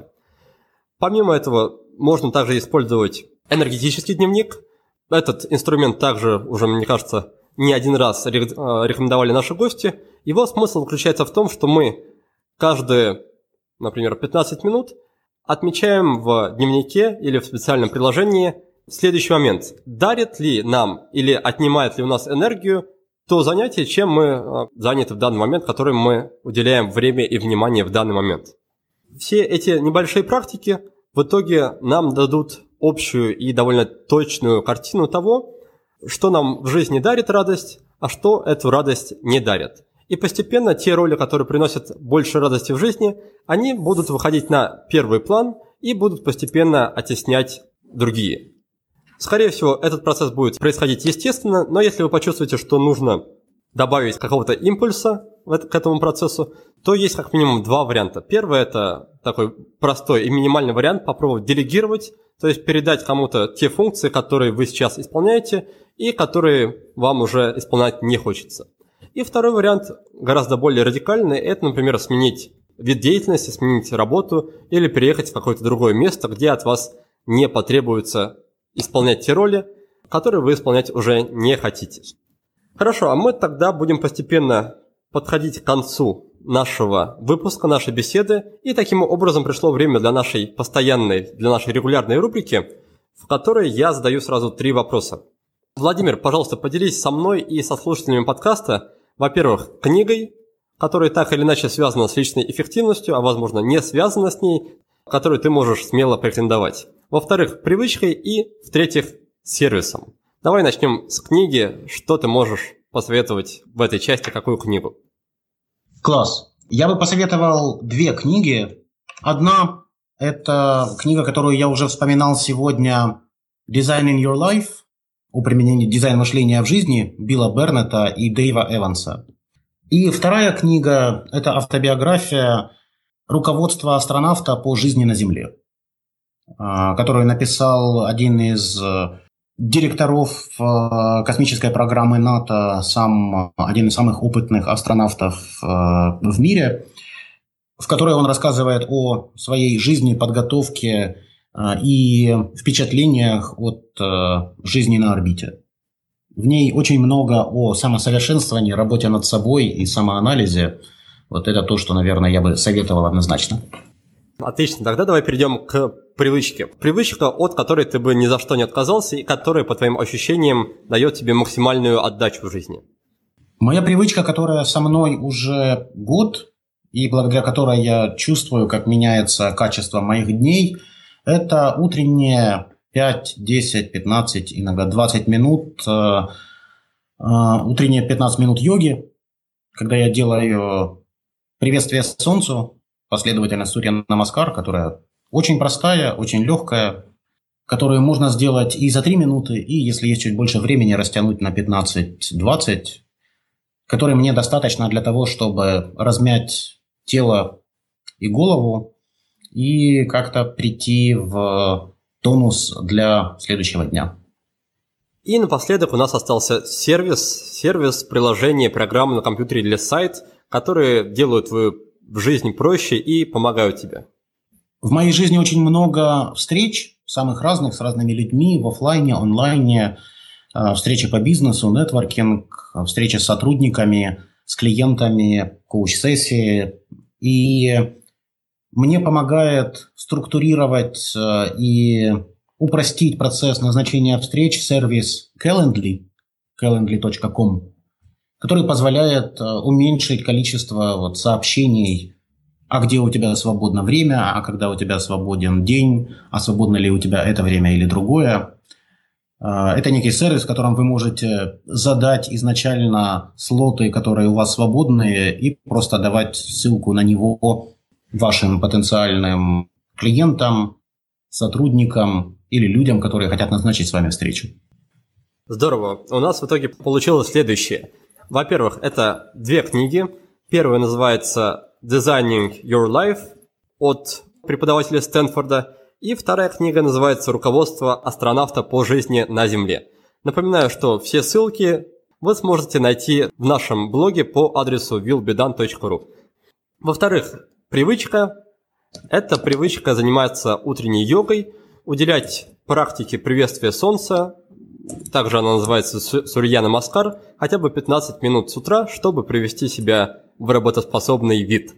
Помимо этого, можно также использовать энергетический дневник. Этот инструмент также уже, мне кажется, не один раз рекомендовали наши гости. Его смысл заключается в том, что мы каждые, например, 15 минут отмечаем в дневнике или в специальном приложении следующий момент. Дарит ли нам или отнимает ли у нас энергию то занятие, чем мы заняты в данный момент, которым мы уделяем время и внимание в данный момент. Все эти небольшие практики в итоге нам дадут общую и довольно точную картину того, что нам в жизни дарит радость, а что эту радость не дарит. И постепенно те роли, которые приносят больше радости в жизни, они будут выходить на первый план и будут постепенно оттеснять другие. Скорее всего, этот процесс будет происходить естественно, но если вы почувствуете, что нужно добавить какого-то импульса к этому процессу, то есть как минимум два варианта. Первый – это такой простой и минимальный вариант – попробовать делегировать, то есть передать кому-то те функции, которые вы сейчас исполняете и которые вам уже исполнять не хочется. И второй вариант, гораздо более радикальный, это, например, сменить вид деятельности, сменить работу или переехать в какое-то другое место, где от вас не потребуется исполнять те роли, которые вы исполнять уже не хотите. Хорошо, а мы тогда будем постепенно подходить к концу нашего выпуска, нашей беседы, и таким образом пришло время для нашей постоянной, для нашей регулярной рубрики, в которой я задаю сразу 3 вопроса. Владимир, пожалуйста, поделись со мной и со слушателями подкаста, во-первых, книгой, которая так или иначе связана с личной эффективностью, а возможно не связана с ней, которую ты можешь смело претендовать. Во-вторых, привычкой и, в-третьих, сервисом. Давай начнем с книги. Что ты можешь посоветовать в этой части, какую книгу? Класс. Я бы посоветовал 2 книги. Одна – это книга, которую я уже вспоминал сегодня, «Designing Your Life», о применении дизайн мышления в жизни Билла Бернета и Дэйва Эванса. И вторая книга – это автобиография «Руководство астронавта по жизни на Земле», которую написал один из директоров космической программы НАТО, один из самых опытных астронавтов в мире, в которой он рассказывает о своей жизни, подготовке и впечатлениях от жизни на орбите. В ней очень много о самосовершенствовании, работе над собой и самоанализе. Вот это то, что, наверное, я бы советовал однозначно. Отлично, тогда давай перейдем к привычке. Привычка, от которой ты бы ни за что не отказался и которая, по твоим ощущениям, дает тебе максимальную отдачу в жизни. Моя привычка, которая со мной уже год, и благодаря которой я чувствую, как меняется качество моих дней, это утренние 5, 10, 15, иногда 20 минут, утренние 15 минут йоги, когда я делаю приветствие солнцу, последовательность Сурья Намаскар, которая очень простая, очень легкая, которую можно сделать и за 3 минуты, и, если есть чуть больше времени, растянуть на 15-20, которой мне достаточно для того, чтобы размять тело и голову и как-то прийти в тонус для следующего дня. И напоследок у нас остался сервис, приложение, программы на компьютере или сайт, которые делают твою жизнь проще и помогают тебе. В моей жизни очень много встреч, самых разных, с разными людьми, в офлайне, онлайне, встречи по бизнесу, нетворкинг, встречи с сотрудниками, с клиентами, коуч-сессии. И мне помогает структурировать и упростить процесс назначения встреч сервис Calendly, calendly.com, который позволяет уменьшить количество сообщений, а где у тебя свободно время, а когда у тебя свободен день, а свободно ли у тебя это время или другое. Это некий сервис, в котором вы можете задать изначально слоты, которые у вас свободные, и просто давать ссылку на него вашим потенциальным клиентам, сотрудникам или людям, которые хотят назначить с вами встречу. Здорово. У нас в итоге получилось следующее. Во-первых, это 2 книги. Первая называется «Designing Your Life» от преподавателя Стэнфорда. И вторая книга называется «Руководство астронавта по жизни на Земле». Напоминаю, что все ссылки вы сможете найти в нашем блоге по адресу willbedone.ru. Во-вторых, привычка. Эта привычка занимается утренней йогой, уделять практике приветствия солнца, также она называется Сурья Намаскар, хотя бы 15 минут с утра, чтобы привести себя в работоспособный вид.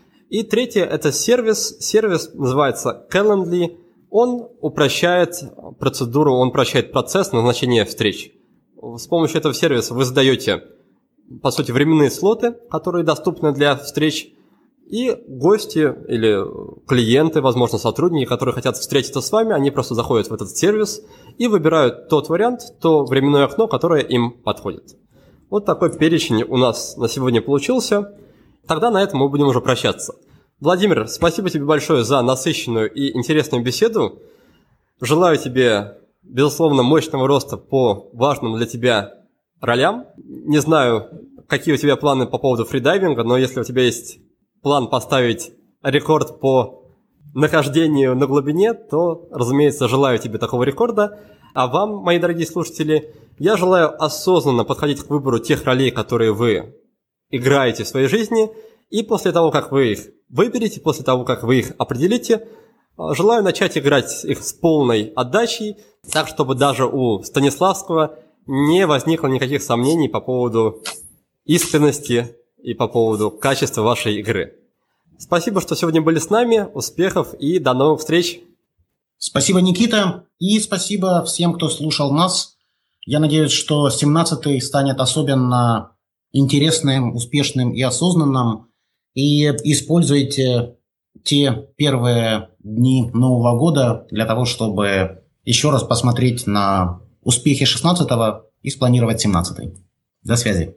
И третье – это сервис. Сервис называется Calendly. Он упрощает процедуру, он упрощает процесс назначения встреч. С помощью этого сервиса вы задаете, по сути, временные слоты, которые доступны для встреч, и гости или клиенты, возможно, сотрудники, которые хотят встретиться с вами, они просто заходят в этот сервис и выбирают тот вариант, то временное окно, которое им подходит. Вот такой перечень у нас на сегодня получился. Тогда на этом мы будем уже прощаться. Владимир, спасибо тебе большое за насыщенную и интересную беседу. Желаю тебе, безусловно, мощного роста по важным для тебя ролям. Не знаю, какие у тебя планы по поводу фридайвинга, но если у тебя есть план поставить рекорд по нахождению на глубине, то, разумеется, желаю тебе такого рекорда. А вам, мои дорогие слушатели, я желаю осознанно подходить к выбору тех ролей, которые вы играете в своей жизни, и после того, как вы их выберете, после того, как вы их определите, желаю начать играть их с полной отдачей, так, чтобы даже у Станиславского не возникло никаких сомнений по поводу искренности и по поводу качества вашей игры. Спасибо, что сегодня были с нами. Успехов и до новых встреч. Спасибо, Никита, и спасибо всем, кто слушал нас. Я надеюсь, что 17-й станет особенно интересным, успешным и осознанным. И используйте те первые дни Нового года для того, чтобы еще раз посмотреть на успехи 16-го и спланировать 17-й. До связи.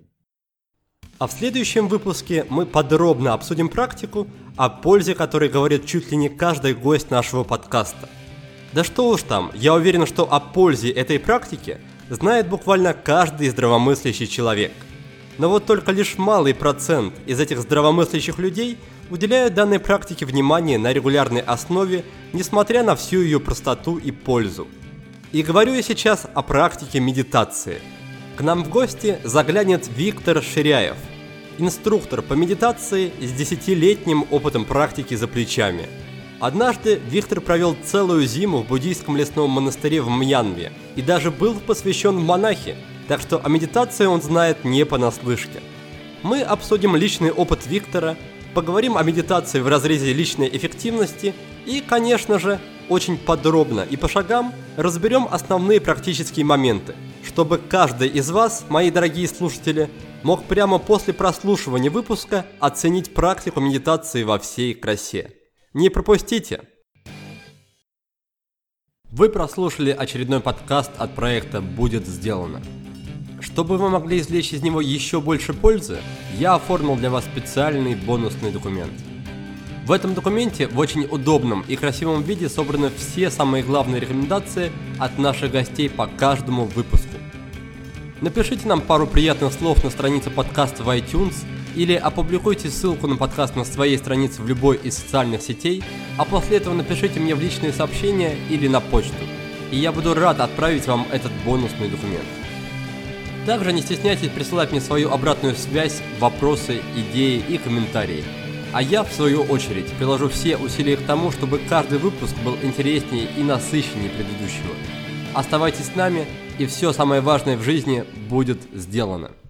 А в следующем выпуске мы подробно обсудим практику, о пользе которой говорит чуть ли не каждый гость нашего подкаста. Да что уж там, я уверен, что о пользе этой практики знает буквально каждый здравомыслящий человек. Но вот только лишь малый процент из этих здравомыслящих людей уделяют данной практике внимание на регулярной основе, несмотря на всю ее простоту и пользу. И говорю я сейчас о практике медитации. К нам в гости заглянет Виктор Ширяев, инструктор по медитации с 10-летним опытом практики за плечами. Однажды Виктор провел целую зиму в буддийском лесном монастыре в Мьянме и даже был посвящен в монахи, так что о медитации он знает не понаслышке. Мы обсудим личный опыт Виктора, поговорим о медитации в разрезе личной эффективности и, конечно же, очень подробно и по шагам разберем основные практические моменты, чтобы каждый из вас, мои дорогие слушатели, мог прямо после прослушивания выпуска оценить практику медитации во всей красе. Не пропустите! Вы прослушали очередной подкаст от проекта «Будет сделано». Чтобы вы могли извлечь из него еще больше пользы, я оформил для вас специальный бонусный документ. В этом документе в очень удобном и красивом виде собраны все самые главные рекомендации от наших гостей по каждому выпуску. Напишите нам пару приятных слов на странице подкаста в iTunes или опубликуйте ссылку на подкаст на своей странице в любой из социальных сетей, а после этого напишите мне в личные сообщения или на почту, и я буду рад отправить вам этот бонусный документ. Также не стесняйтесь присылать мне свою обратную связь, вопросы, идеи и комментарии. А я, в свою очередь, приложу все усилия к тому, чтобы каждый выпуск был интереснее и насыщеннее предыдущего. Оставайтесь с нами, и все самое важное в жизни будет сделано.